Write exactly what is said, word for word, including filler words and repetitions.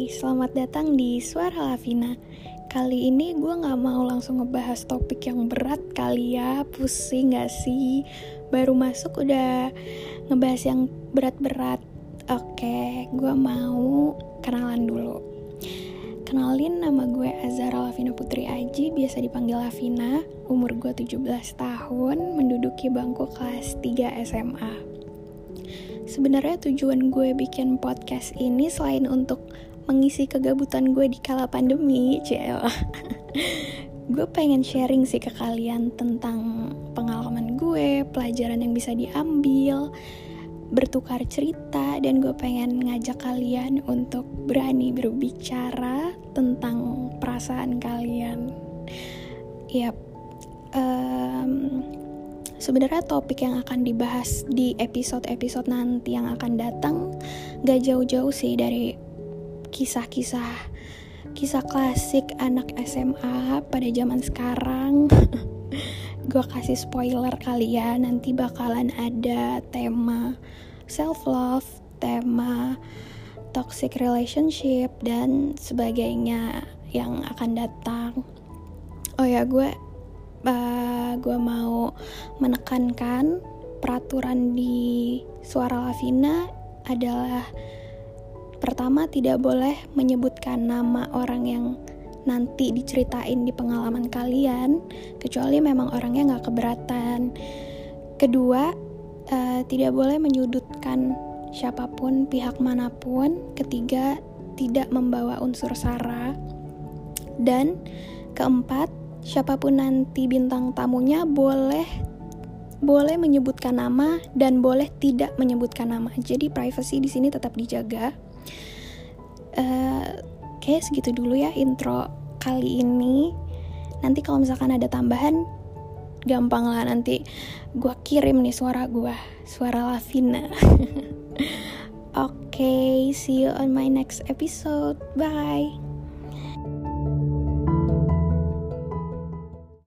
selamat datang di Suara Lavina. Kali ini gue gak mau langsung ngebahas topik yang berat kali ya. Pusing gak sih? Baru masuk udah ngebahas yang berat-berat. Oke, gue mau kenalan dulu. Kenalin, nama gue Azhara Lavina Putri Aji, biasa dipanggil Lavina. Umur gue tujuh belas tahun, menduduki bangku kelas tiga S M A. Sebenarnya tujuan gue bikin podcast ini selain untuk mengisi kegabutan gue di kala pandemi, cel. Gue pengen sharing sih ke kalian tentang pengalaman gue, pelajaran yang bisa diambil, bertukar cerita, dan gue pengen ngajak kalian untuk berani berbicara tentang perasaan kalian. Yap, um, sebenarnya topik yang akan dibahas di episode-episode nanti yang akan datang gak jauh-jauh sih dari kisah-kisah kisah klasik anak S M A pada zaman sekarang. Gue kasih spoiler kali ya, nanti bakalan ada tema self-love, tema toxic relationship, dan sebagainya yang akan datang. Oh ya, gue Uh, gue mau menekankan peraturan di Suara Lavina adalah pertama, tidak boleh menyebutkan nama orang yang nanti diceritain di pengalaman kalian kecuali memang orangnya gak keberatan. Kedua, uh, tidak boleh menyudutkan siapapun, pihak manapun. Ketiga, tidak membawa unsur sara. Dan keempat, siapapun nanti bintang tamunya boleh boleh menyebutkan nama dan boleh tidak menyebutkan nama. Jadi privacy di sini tetap dijaga. Uh, Oke, segitu dulu ya intro kali ini. Nanti kalau misalkan ada tambahan, gampang lah, nanti gue kirim nih suara gue, suara Lavina. Oke, okay, see you on my next episode. Bye.